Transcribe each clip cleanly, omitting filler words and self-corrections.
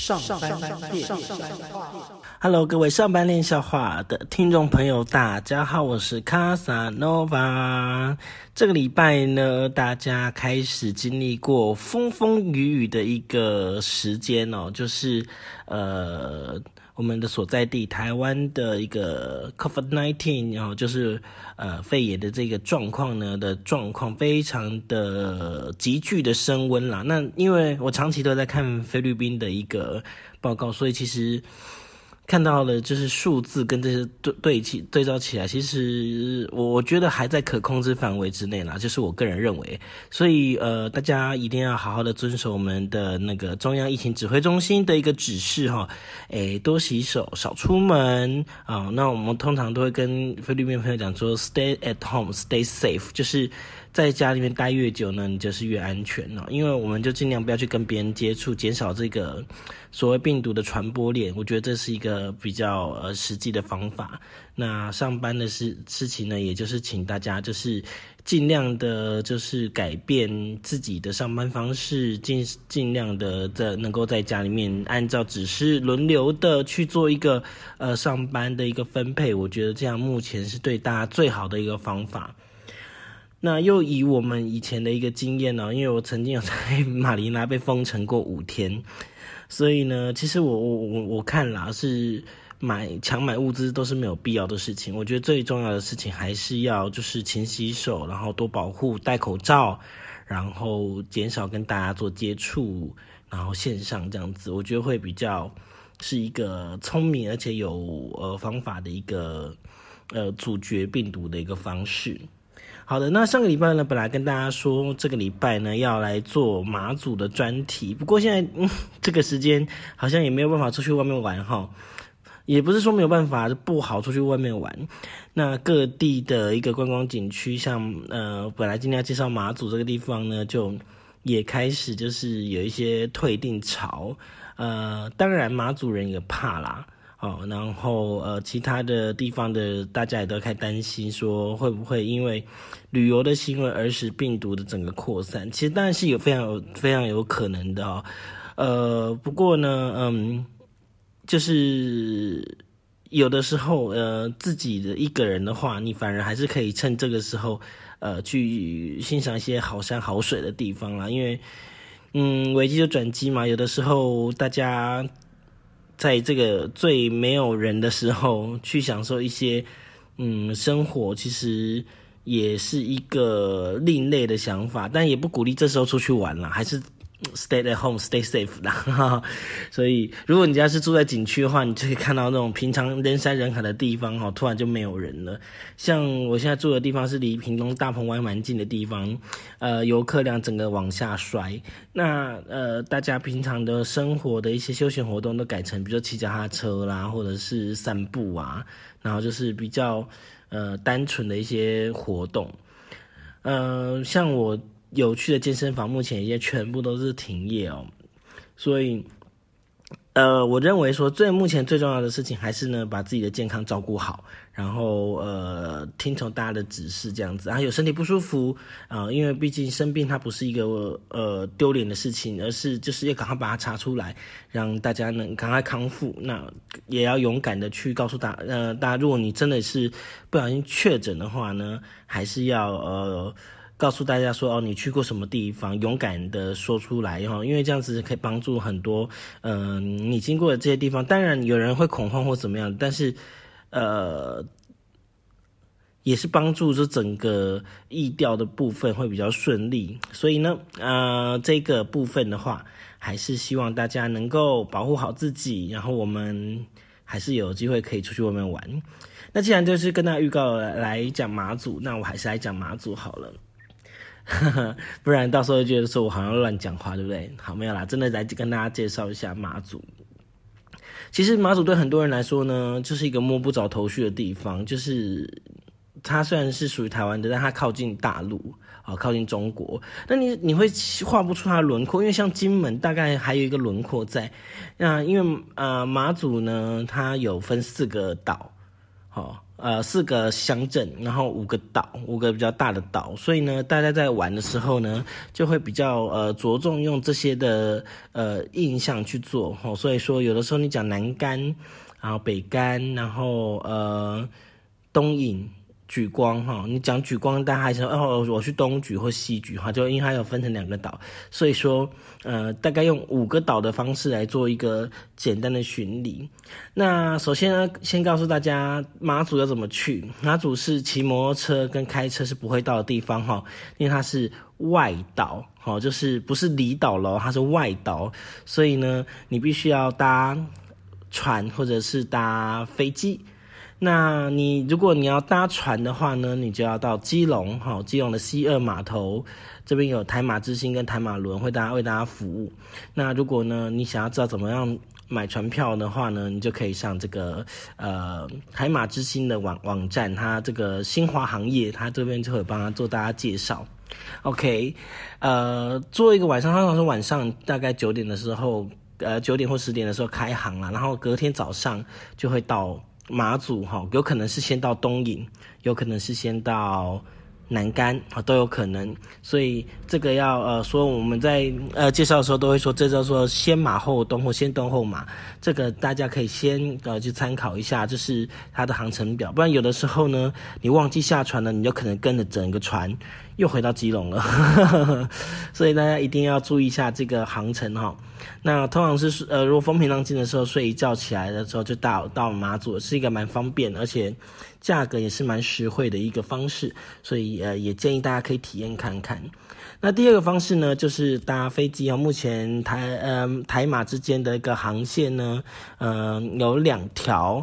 上班练笑话。Hello， 各位上班练笑话的听众朋友，大家好，我是卡萨诺瓦。这个礼拜呢，大家开始经历过风风雨雨的一个时间哦，就是我们的所在地台湾的一个 COVID-19 然后就是肺炎的这个状况呢的状况非常的急剧的升温啦。那因为我长期都在看菲律宾的一个报告，所以其实看到了就是数字跟这些对照起来，其实我觉得还在可控制范围之内啦，就是我个人认为。所以大家一定要好好的遵守我们的那个中央疫情指挥中心的一个指示哈，多洗手，少出门啊。那我们通常都会跟菲律宾朋友讲说 ，stay at home, stay safe， 就是在家里面待越久呢，你就是越安全哦。因为我们就尽量不要去跟别人接触，减少这个所谓病毒的传播链。我觉得这是一个比较实际的方法。那上班的事情呢，也就是请大家就是尽量的，就是改变自己的上班方式，尽量的能够在家里面按照指示轮流的去做一个上班的一个分配。我觉得这样目前是对大家最好的一个方法。那又以我们以前的一个经验呢，因为我曾经有在马尼拉被封城过5天，所以呢，其实我看啦，是强买物资都是没有必要的事情。我觉得最重要的事情还是要就是勤洗手，然后多保护，戴口罩，然后减少跟大家做接触，然后线上这样子，我觉得会比较是一个聪明而且有方法的一个阻绝病毒的一个方式。好的，那上个礼拜呢，本来跟大家说这个礼拜呢要来做马祖的专题，不过现在这个时间好像也没有办法出去外面玩哈，也不是说没有办法，不好出去外面玩。那各地的一个观光景区，像本来今天要介绍马祖这个地方呢，就也开始就是有一些退订潮，当然马祖人也怕啦。然后其他的地方的大家也都开始担心说会不会因为旅游的行为而使病毒的整个扩散，其实当然是非常有可能的不过呢就是有的时候自己的一个人的话，你反而还是可以趁这个时候去欣赏一些好山好水的地方啦，因为危机就转机嘛，有的时候大家在这个最没有人的时候去享受一些生活，其实也是一个另类的想法，但也不鼓励这时候出去玩啦，还是 stay at home, stay safe 啦。所以如果你家是住在景区的话，你就可以看到那种平常人山人海的地方突然就没有人了。像我现在住的地方是离屏东大鹏湾蛮近的地方，游客量整个往下摔。那大家平常的生活的一些休闲活动都改成比如说骑脚踏车啦，或者是散步啊，然后就是比较单纯的一些活动。像我有趣的健身房目前也全部都是停业哦，所以我认为说目前最重要的事情还是呢把自己的健康照顾好，然后听从大家的指示这样子。有身体不舒服因为毕竟生病它不是一个丢脸的事情，而是就是要赶快把它查出来，让大家能赶快康复。那也要勇敢的去告诉大家，如果你真的是不小心确诊的话呢，还是要告诉大家说你去过什么地方，勇敢的说出来因为这样子可以帮助很多你经过的这些地方。当然有人会恐慌或怎么样，但是也是帮助这整个疫调的部分会比较顺利。所以呢这个部分的话，还是希望大家能够保护好自己，然后我们还是有机会可以出去外面玩。那既然就是跟大家预告来讲马祖，那我还是来讲马祖好了。不然到时候就觉得说我好像乱讲话，对不对？好，没有啦，真的来跟大家介绍一下马祖。其实马祖对很多人来说呢，就是一个摸不着头绪的地方，就是它虽然是属于台湾的，但它靠近大陆靠近中国，那你会画不出它的轮廓，因为像金门大概还有一个轮廓在。那因为马祖呢，它有分4个岛 4个乡镇，然后5个岛，5个比较大的岛，所以呢，大家在玩的时候呢，就会比较着重用这些的印象去做所以说有的时候你讲南竿，然后北竿，然后东引。莒光你讲莒光，大家还说我去东莒或西莒就因为它有分成2个岛，所以说大概用5个岛的方式来做一个简单的巡礼。那首先呢，先告诉大家马祖要怎么去。马祖是骑摩托车跟开车是不会到的地方因为它是外岛就是不是离岛咯，它是外岛，所以呢你必须要搭船或者是搭飞机。那如果你要搭船的话呢，你就要到基隆基隆的西二码头，这边有台马之星跟台马轮会为大家服务。那如果呢你想要知道怎么样买船票的话呢，你就可以上这个台马之星的网站，它这个新华行业，它这边就会帮他做大家介绍。OK， 做一个晚上，通常是晚上大概9点的时候，9点或10点的时候开航啦，然后隔天早上就会到马祖有可能是先到东引，有可能是先到南竿都有可能。所以这个要说我们在介绍的时候都会说，这叫做先马后东或先东后马，这个大家可以先去参考一下，就是它的航程表。不然有的时候呢，你忘记下船了，你就可能跟着整个船又回到基隆了所以大家一定要注意一下这个航程那通常是如果风平浪静的时候，睡一觉起来的时候就到马祖，是一个蛮方便而且价格也是蛮实惠的一个方式，所以也建议大家可以体验看看。那第二个方式呢，就是搭飞机目前台马之间的一个航线呢有2条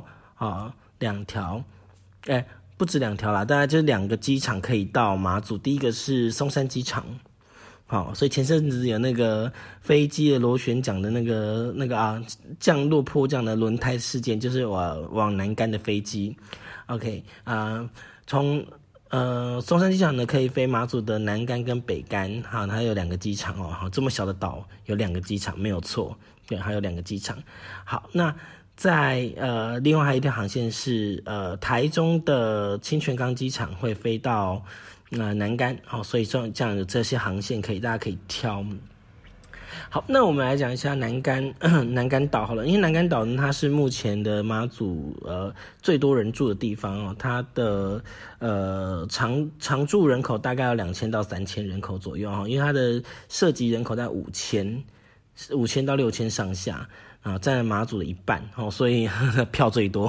2条不止2条啦，大概就是2个机场可以到马祖。第一个是松山机场所以前阵子有那个飞机的螺旋桨的那个降落迫降的轮胎事件，就是往南竿的飞机。OK， 从松山机场呢可以飞马祖的南竿跟北竿它有2个机场这么小的岛有2个机场没有错，对，还有2个机场。好，那在另外还有一条航线是台中的清泉岗机场会飞到南竿所以这样有这些航线大家可以挑。好，那我们来讲一下南竿岛好了，因为南竿岛呢，它是目前的马祖最多人住的地方它的常住人口大概有2000到3000人口左右因为它的涉及人口在5000到6000上下占了马祖的一半所以票最多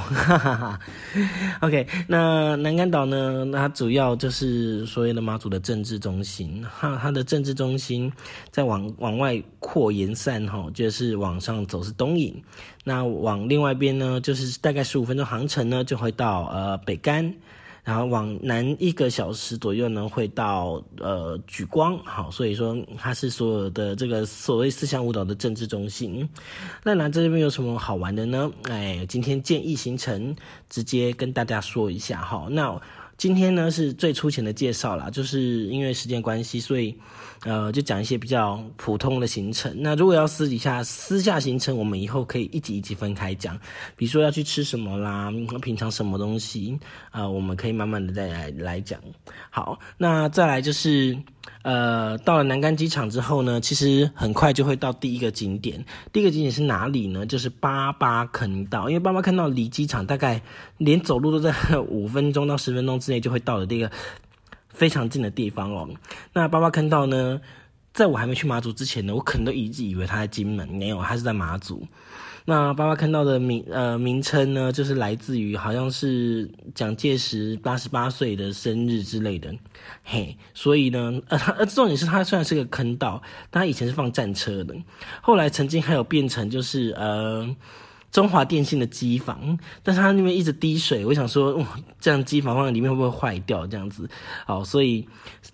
OK， 那南竿岛呢，它主要就是所谓的马祖的政治中心，它的政治中心在往外扩延散就是往上走是东引，那往另外一边呢，就是大概15分钟航程呢，就会到北竿，然后往南1个小时左右呢，会到莒光。好，所以说它是所有的这个所谓4乡5岛的政治中心。那这边有什么好玩的呢？今天建议行程直接跟大家说一下哈。那今天呢是最粗浅的介绍啦，就是因为时间关系，所以就讲一些比较普通的行程。那如果要私下行程，我们以后可以一集分开讲，比如说要去吃什么啦，品尝什么东西我们可以慢慢的再来讲。好，那再来就是到了南竿机场之后呢，其实很快就会到第一个景点。第一个景点是哪里呢？就是八八坑道。因为八八坑道离机场大概连走路都在5分钟到10分钟之内就会到的这个非常近的地方哦。那八八坑道呢，在我还没去马祖之前呢，我可能都一直以为它在金门，没有，它是在马祖。那八八坑道的名称呢，就是来自于好像是蒋介石88岁的生日之类的，所以呢，重点是它虽然是个坑道，但它以前是放战车的，后来曾经还有变成就是中华电信的机房，但是它那边一直滴水，我想说，这样机房放在里面会不会坏掉这样子？好，所以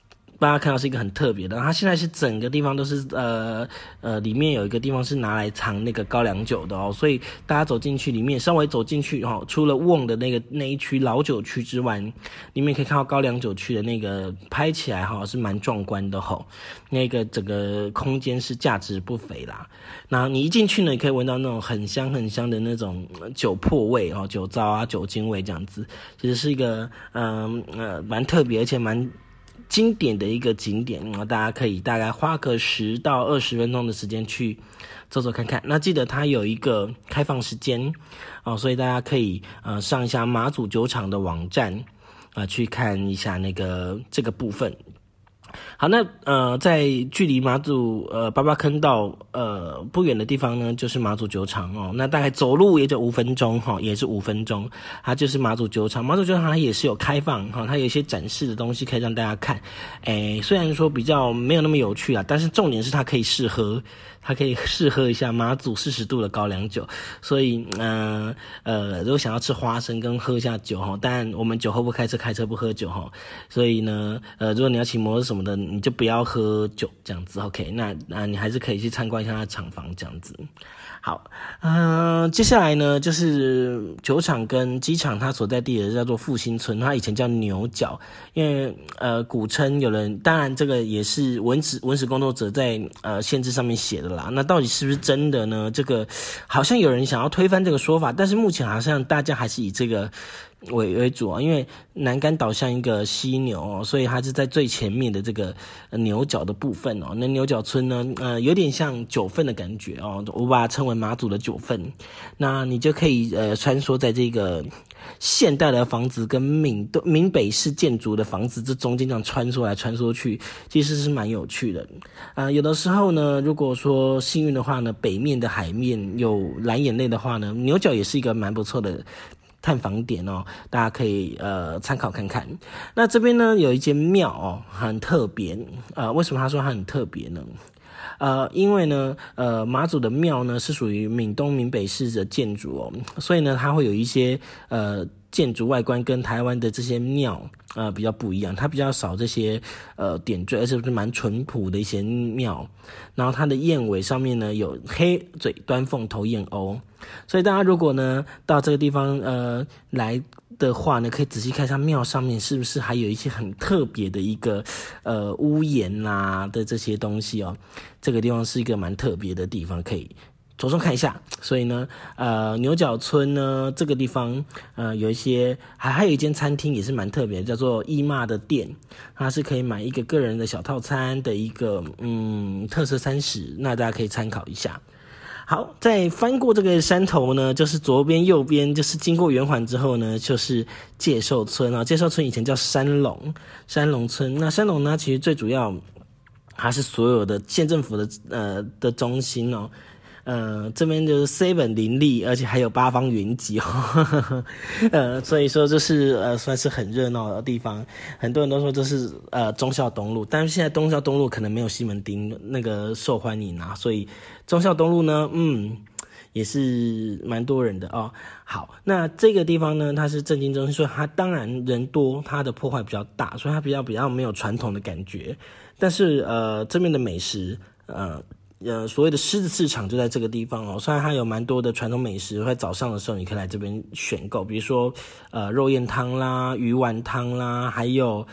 大家看到是一个很特别的，它现在是整个地方都是里面有一个地方是拿来藏那个高粱酒的所以大家走进去里面，稍微走进去除了瓮的那一区老酒区之外，里面可以看到高粱酒区的那个拍起来是蛮壮观的那个整个空间是价值不菲啦。然后你一进去呢，你可以闻到那种很香很香的那种酒粕味酒糟啊酒精味这样子，其实是一个蛮特别而且蛮经典的一个景点，大家可以大概花个10到20分钟的时间去走走看看。那记得它有一个开放时间所以大家可以上一下马祖酒厂的网站去看一下这个部分。好，那在距离马祖八八坑道不远的地方呢，就是马祖酒厂那大概走路也就5分钟也是5分钟，它就是马祖酒厂。马祖酒厂它也是有开放它有一些展示的东西可以让大家看。虽然说比较没有那么有趣但是重点是它可以试喝一下马祖40度的高粱酒。所以如果想要吃花生跟喝一下酒当然我们酒后不开车，开车不喝酒所以呢如果你要骑摩托什么的，你就不要喝酒这样子 OK。 那你还是可以去参观一下它的厂房这样子。好，接下来呢就是酒厂跟机场它所在地的叫做复兴村，它以前叫牛角，因为古称有人，当然这个也是文史工作者在限制上面写的啦。那到底是不是真的呢？这个好像有人想要推翻这个说法，但是目前好像大家还是以这个为主因为南竿岛像一个犀牛所以它是在最前面的这个牛角的部分那牛角村呢有点像九份的感觉我把它称为马祖的九份。那你就可以穿梭在这个现代的房子跟闽北式建筑的房子这中间这样穿梭来穿梭去，其实是蛮有趣的。有的时候呢，如果说幸运的话呢，北面的海面有蓝眼泪的话呢，牛角也是一个蛮不错的探访点大家可以参考看看。那这边呢有一间庙很特别为什么他说它很特别呢？因为呢马祖的庙呢是属于闽东闽北式的建筑所以呢它会有一些建筑外观跟台湾的这些庙比较不一样，它比较少这些点缀，而且是蛮淳朴的一些庙。然后它的燕尾上面呢有黑嘴端凤头燕鸥，所以大家如果呢到这个地方来的话呢，可以仔细看一下庙上面是不是还有一些很特别的一个屋檐啦的这些东西这个地方是一个蛮特别的地方，可以着重看一下。所以呢牛角村呢这个地方有一些还有一间餐厅也是蛮特别的，叫做义骂的店，它是可以买一个个人的小套餐的一个特色餐食，那大家可以参考一下。好，再翻过这个山头呢，就是左边右边，就是经过圆环之后呢，就是介寿村介寿村以前叫山龙村。那山龙呢其实最主要它是所有的县政府的中心这边就是 7 林立，而且还有八方云集所以说就是算是很热闹的地方。很多人都说这是忠孝东路，但是现在忠孝东路可能没有西门町那个受欢迎所以忠孝东路呢也是蛮多人的好，那这个地方呢它是政经中心，所以它当然人多，它的破坏比较大，所以它比较没有传统的感觉。但是这边的美食所谓的狮子市场就在这个地方虽然它有蛮多的传统美食，在早上的时候你可以来这边选购，比如说肉燕汤啦、鱼丸汤啦，还有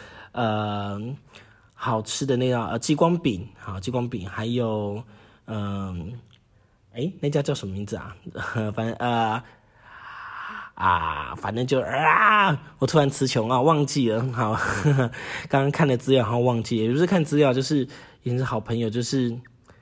好吃的那个鸡光饼还有那家叫什么名字反正就我突然词穷忘记了。好刚刚看的资料好像忘记了，也不是看资料，就是也是好朋友，就是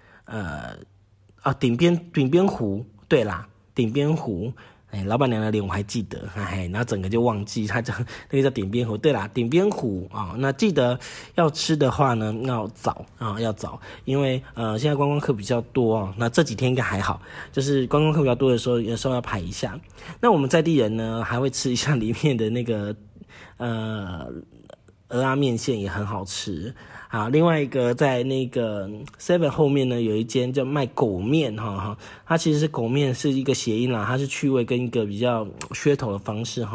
顶边湖，对啦，顶边湖，老板娘的脸我还记得，然后整个就忘记他讲那个叫顶边湖，对啦，顶边湖那记得要吃的话呢，要早，因为现在观光客比较多那这几天应该还好，就是观光客比较多的时候，有时候要排一下。那我们在地人呢，还会吃一下里面的那个蚵仔面线，也很好吃。好，另外一个在那个 7 后面呢，有一间叫卖狗面它其实是狗面是一个谐音啦，它是趣味跟一个比较噱头的方式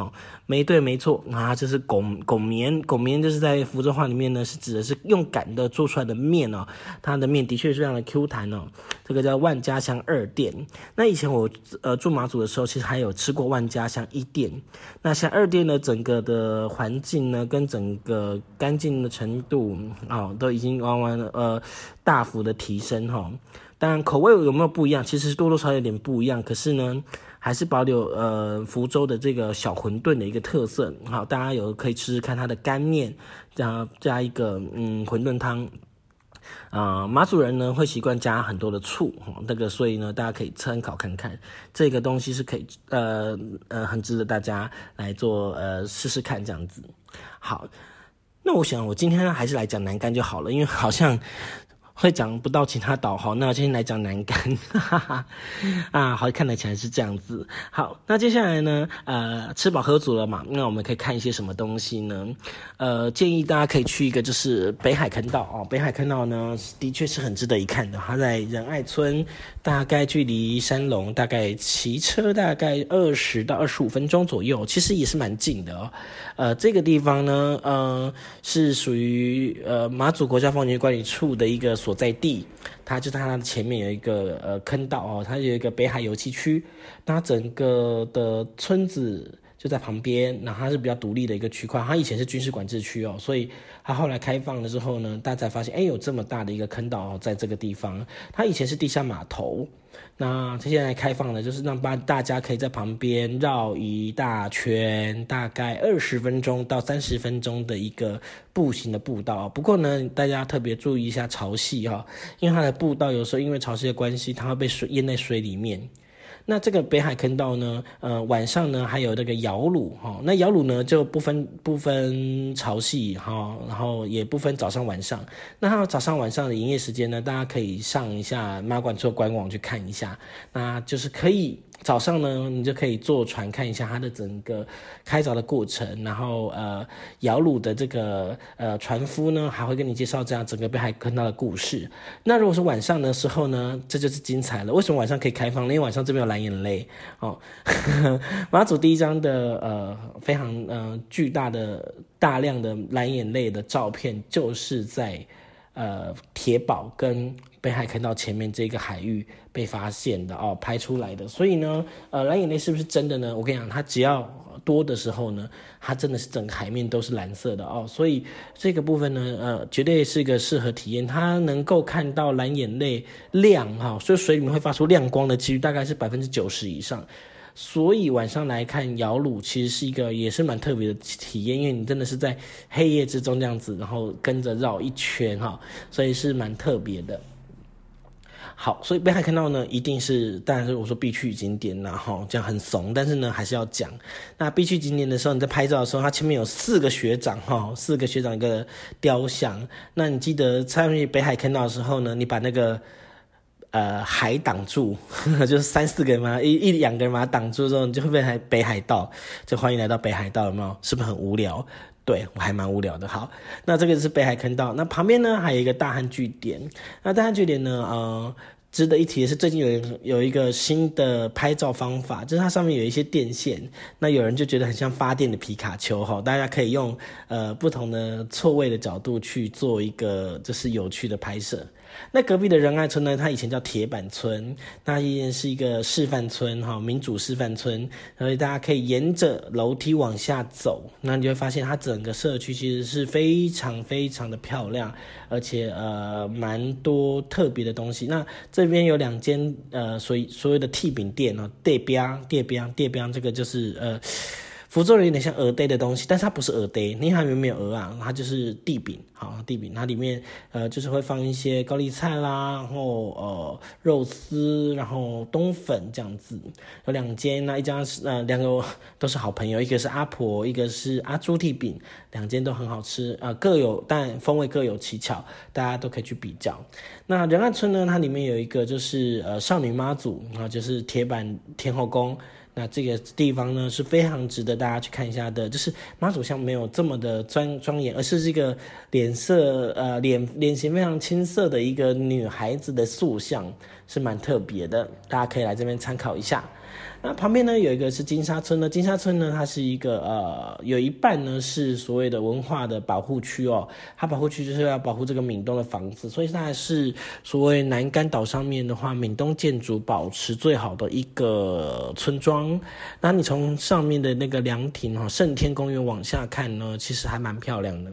没错啊，这是拱棉。拱棉就是在福州话里面呢，是指的是用擀的做出来的面哦，它的面的确是非常的 Q 弹哦。这个叫万家香2店。那以前我住马祖的时候，其实还有吃过万家香1店。那像2店呢，整个的环境呢，跟整个干净的程度都已经大幅的提升哈。当然口味有没有不一样，其实多多少少有点不一样，可是呢还是保留福州的这个小馄饨的一个特色。好，大家可以吃吃看它的干面，加一个馄饨汤。马祖人呢会习惯加很多的醋，所以呢大家可以参考看看，这个东西是可以很值得大家来做试试看这样子。好，那我想我今天还是来讲南竿就好了，因为好像会讲不到其他岛，好，那我今天来讲南竿，好，看得起来是这样子。好，那接下来呢，吃饱喝足了嘛，那我们可以看一些什么东西呢？建议大家可以去一个就是北海坑道哦，北海坑道呢的确是很值得一看的，它在仁爱村，大概距离山龙大概骑车大概20到25分钟左右，其实也是蛮近的哦。这个地方呢，是属于马祖国家风景管理处的一个所在地，它的前面有一个坑道哦，它有一个北海油气区，那整个的村子就在旁边，然后它是比较独立的一个区块，它以前是军事管制区哦，所以它后来开放了之后呢，大家才发现有这么大的一个坑道哦，在这个地方，它以前是地下码头。那它现在开放了，就是让大家可以在旁边绕一大圈，大概20分钟到30分钟的一个步行的步道。不过呢，大家特别注意一下潮汐哈，因为它的步道有时候因为潮汐的关系，它会被淹在水里面。那这个北海坑道呢，晚上呢还有那个摇橹哈，那摇橹呢就不分潮汐哈，然后也不分早上晚上。那它早上晚上的营业时间呢，大家可以上一下马管处官网去看一下，那就是可以。早上呢，你就可以坐船看一下它的整个开凿的过程，然后摇橹的这个船夫呢，还会跟你介绍这样整个北海坑道的故事。那如果是晚上的时候呢，这就是精彩了。为什么晚上可以开放呢？因为晚上这边有蓝眼泪哦。马祖第一张的非常巨大的大量的蓝眼泪的照片，就是在铁堡跟北海坑道前面这个海域被发现的哦，拍出来的。所以呢，蓝眼泪是不是真的呢？我跟你讲，它只要多的时候呢，它真的是整个海面都是蓝色的哦。所以这个部分呢，绝对是一个适合体验。它能够看到蓝眼泪亮哈，所以水里面会发出亮光的几率大概是90%以上。所以晚上来看摇橹其实是一个也是蛮特别的体验，因为你真的是在黑夜之中这样子，然后跟着绕一圈哈，所以是蛮特别的。好，所以北海坑道呢，一定是当然是我说必去景点啦哈，这样很怂，但是呢还是要讲。那必去景点的时候，你在拍照的时候，它前面有4个学长哈，4个学长一个雕像。那你记得参与北海坑道的时候呢，你把那个海挡住，就是3、4个人嘛，一两个人把它挡住之后，你就会变成北海道，就欢迎来到北海道，有没有？是不是很无聊？对，我还蛮无聊的。好，那这个是北海坑道，那旁边呢还有一个大汉据点。那大汉据点呢，值得一提的是，最近有一个新的拍照方法，就是它上面有一些电线，那有人就觉得很像发电的皮卡丘哈，大家可以用不同的错位的角度去做一个就是有趣的拍摄。那隔壁的仁爱村呢，它以前叫铁板村，那依然是一个示范村哈，民主示范村，所以大家可以沿着楼梯往下走，那你就会发现它整个社区其实是非常非常的漂亮，而且蛮多特别的东西。那这边有2间所谓的替饼店哦，地标这个就是福州人有点像鹅呆的东西，但是它不是鹅呆，因为它没有鹅啊，它就是地饼，好地饼，它里面就是会放一些高丽菜啦，然后肉丝，然后冬粉这样子。有2间，那一家是2个都是好朋友，一个是阿婆，一个是阿朱地饼，2间都很好吃，但风味各有奇巧，大家都可以去比较。那仁爱村呢，它里面有一个就是少女妈祖，然后就是铁板天后宫。那这个地方呢是非常值得大家去看一下的，就是妈祖像没有这么的庄严，而是这个脸型非常青涩的一个女孩子的塑像， 是蛮特别的，大家可以来这边参考一下。那旁边呢有一个是金沙村呢，金沙村呢它是一个有一半呢是所谓的文化的保护区哦，它保护区就是要保护这个闽东的房子，所以它还是所谓南竿岛上面的话闽东建筑保持最好的一个村庄。那你从上面的那个凉亭圣天公园往下看呢，其实还蛮漂亮的。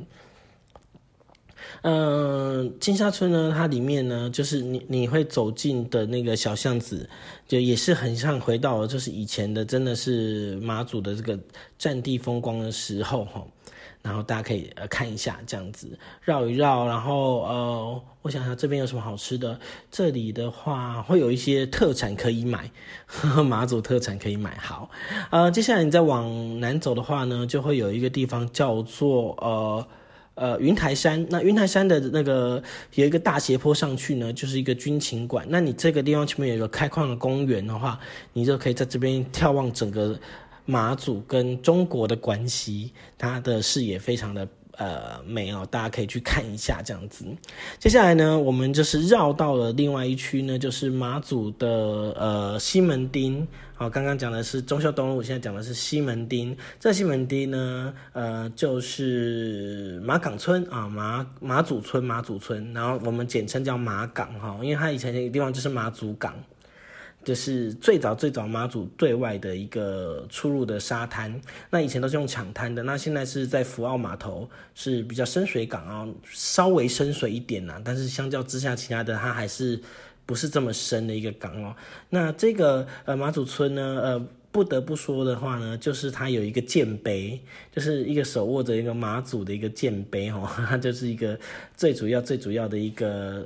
金沙村呢，它里面呢，就是你会走进的那个小巷子，就也是很像回到就是以前的，真的是马祖的这个战地风光的时候哈。然后大家可以看一下这样子绕一绕，然后我想想这边有什么好吃的。这里的话会有一些特产可以买，马祖特产可以买。好，接下来你再往南走的话呢，就会有一个地方叫做云台山。那云台山的那个有一个大斜坡上去呢，就是一个军情馆。那你这个地方前面有一个开矿的公园的话，你就可以在这边眺望整个马祖跟中国的关系，它的视野非常的美哦，大家可以去看一下这样子。接下来呢，我们就是绕到了另外一区呢，就是马祖的西门町。好，刚刚讲的是忠孝东路，现在讲的是西门町。这西门町呢，就是马港村啊，马祖村，然后我们简称叫马港哈，因为它以前那个地方就是马祖港。就是最早马祖对外的一个出入的沙滩，那以前都是用抢滩的，那现在是在福澳码头是比较深水港啊，稍微深水一点啦，但是相较之下其他的它还是不是这么深的一个港哦。那这个马祖村呢不得不说的话呢，就是它有一个舰碑，就是一个手握着一个马祖的一个舰碑它就是一个最主要的一个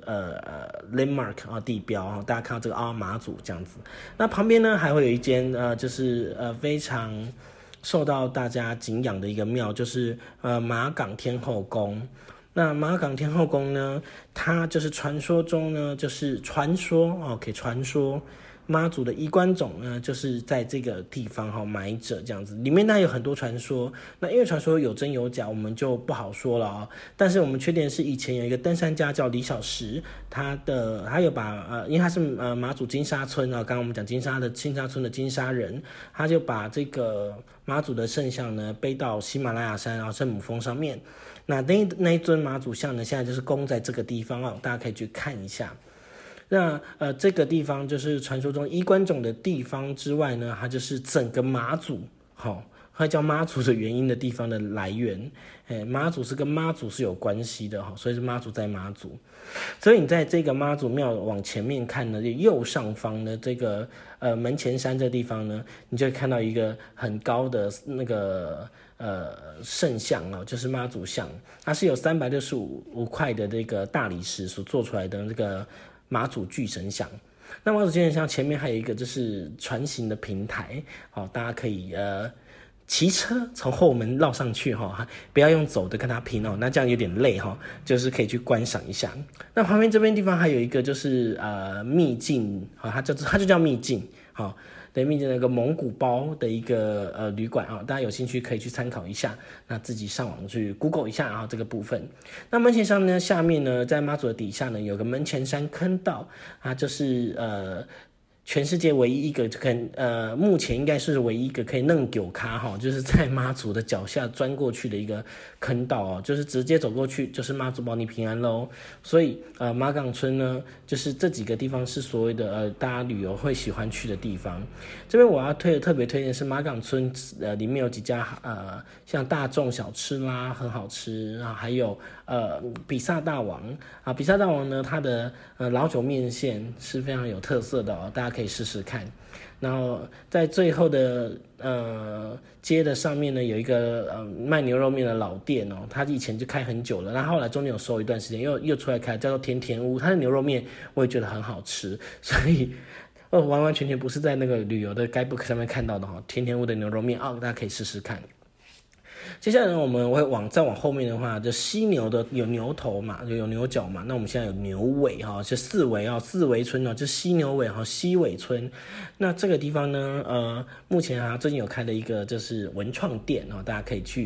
landmark地标大家看到这个马祖这样子。那旁边呢还会有一间就是非常受到大家敬仰的一个庙，就是马港天后宫。那马港天后宫呢，它就是传说中呢，就是传说妈祖的衣冠冢呢，就是在这个地方埋着这样子，里面呢有很多传说，那因为传说有真有假，我们就不好说了但是我们确定是以前有一个登山家叫李小石，他有把因为他是马祖金沙村刚刚我们讲金沙村的金沙人，他就把这个马祖的圣像呢背到喜马拉雅山然后圣母峰上面，那一尊马祖像呢现在就是供在这个地方大家可以去看一下。那这个地方就是传说中衣冠冢的地方之外呢，它就是整个马祖它叫妈祖的原因的地方的来源。妈祖是跟妈祖是有关系的所以是妈祖在马祖。所以你在这个妈祖庙往前面看呢，右上方的这个门前山这地方呢，你就会看到一个很高的那个圣像就是妈祖像，它是有365块的这个大理石所做出来的这个马祖巨神像。那马祖巨神像前面还有一个就是船行的平台大家可以骑车从后门绕上去不要用走的跟它拼那这样有点累就是可以去观赏一下。那旁边这边地方还有一个就是秘境它就叫秘境对，秘境那个蒙古包的一个旅馆大家有兴趣可以去参考一下，那自己上网去 Google 一下这个部分。那门前山呢，下面呢，在妈祖的底下呢，有个门前山坑道就是全世界唯一一个目前应该是唯一一个可以弄九卡就是在妈祖的脚下钻过去的一个坑道就是直接走过去就是妈祖保你平安咯。所以马港村呢，就是这几个地方是所谓的大家旅游会喜欢去的地方。这边我要特别推荐是马港村里面有几家像大众小吃啦很好吃还有比萨大王比萨大王呢，它的老酒面线是非常有特色的大家可以试试看。然后在最后的街的上面呢，有一个卖牛肉面的老店它以前就开很久了，然后后来中间有收一段时间又出来开，叫做甜甜屋，它的牛肉面我也觉得很好吃，所以完完全全不是在那个旅游的 guidebook 上面看到的甜甜屋的牛肉面大家可以试试看。接下来呢，我们会再往后面的话，就犀牛的有牛头嘛，就有牛角嘛。那我们现在有牛尾是四围村就犀牛尾西尾村。那这个地方呢，目前最近有开了一个就是文创店大家可以去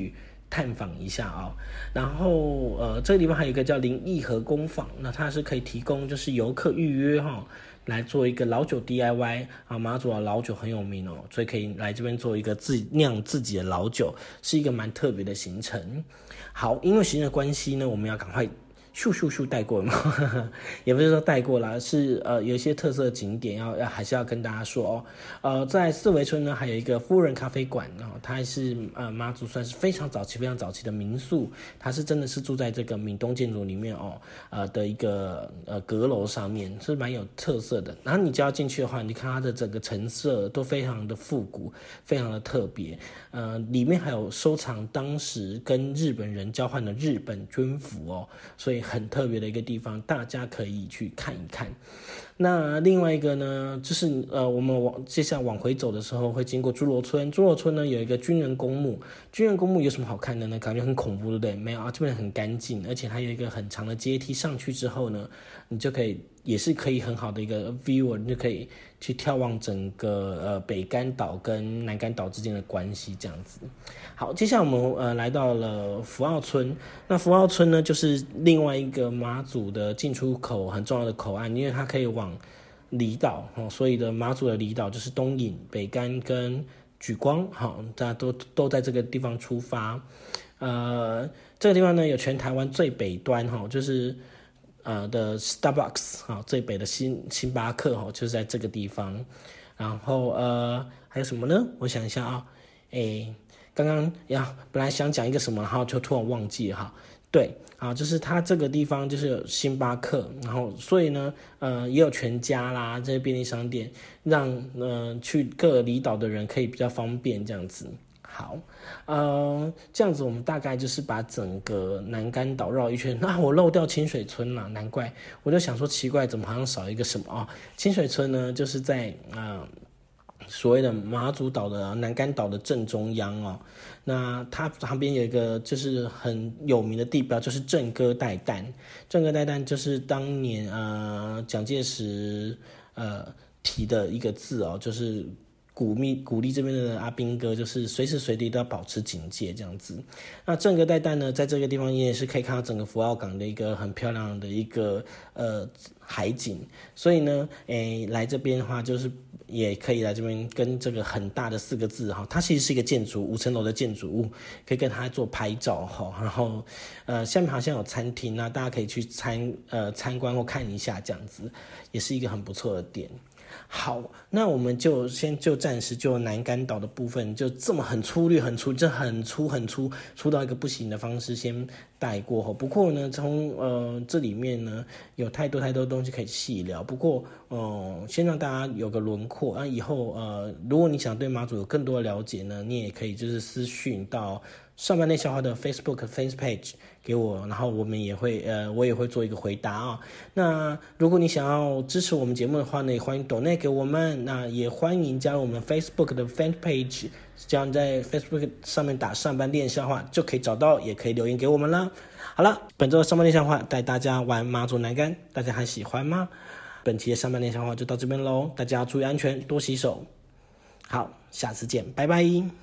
探访一下啊。然后这个地方还有一个叫林义和工坊，那它是可以提供就是游客预约来做一个老酒 DIY 啊。马祖的老酒很有名所以可以来这边做一个酿自己的老酒，是一个蛮特别的行程。好，因为时间的关系呢，我们要赶快咻带过嘛，也不是说带过啦，是有一些特色的景点还是要跟大家说在四维村呢，还有一个夫人咖啡馆它是马祖算是非常早期的民宿，它是真的是住在这个闽东建筑里面的一个阁楼上面，是蛮有特色的。然后你只要进去的话，你看它的整个陈设都非常的复古，非常的特别，里面还有收藏当时跟日本人交换的日本军服所以很特别的一个地方，大家可以去看一看。那另外一个呢，就是我们接下来往回走的时候会经过猪罗村。猪罗村呢有一个军人公墓，军人公墓有什么好看的呢？感觉很恐怖，对不对？没有啊，这边很干净，而且它有一个很长的阶梯上去之后呢，你就可以也是可以很好的一个 view， 你就可以去眺望整个北竿岛跟南竿岛之间的关系这样子。好，接下来我们来到了福澳村。那福澳村呢，就是另外一个马祖的进出口很重要的口岸，因为它可以往离岛所以的马祖的离岛就是东引、北竿跟莒光大家都在这个地方出发。这个地方呢有全台湾最北端就是的 Starbucks 最北的星巴克就是在这个地方。然后还有什么呢？我想一下刚刚本来想讲一个什么，然后就突然忘记对就是它这个地方就是有星巴克，然后所以呢也有全家啦这些便利商店，让去各离岛的人可以比较方便这样子。好，这样子我们大概就是把整个南竿岛绕一圈。我漏掉清水村啦，难怪我就想说奇怪，怎么好像少一个什么清水村呢，就是在所谓的马祖岛的南竿岛的正中央那它旁边有一个就是很有名的地标，就是正哥代旦。正哥代旦就是当年蒋介石提的一个字就是鼓励这边的阿兵哥，就是随时随地都要保持警戒这样子。那正哥代旦呢，在这个地方也是可以看到整个福澳港的一个很漂亮的一个海景，所以呢来这边的话就是也可以来这边跟这个很大的4个字它其实是一个建筑5层楼的建筑物，可以跟它做拍照然后下面好像有餐厅大家可以去参观或看一下这样子，也是一个很不错的点。好，那我们就暂时就南竿岛的部分就这么很粗略这很粗到一个不行的方式先带过不过呢从这里面呢有太多东西可以细聊，不过先让大家有个轮廓以后如果你想对马祖有更多的了解呢，你也可以就是私讯到上班内笑话的 Facebook Face Page 给我，然后我也会做一个回答那如果你想要支持我们节目的话呢，也欢迎 donate 给我们，那也欢迎加入我们 Facebook 的 Fan Page， 这样在 Facebook 上面打上班练笑话就可以找到，也可以留言给我们啦。好了，本周的上班练笑话带大家玩马祖南竿，大家还喜欢吗？本期的上班练笑话就到这边咯，大家注意安全，多洗手。好，下次见，拜拜。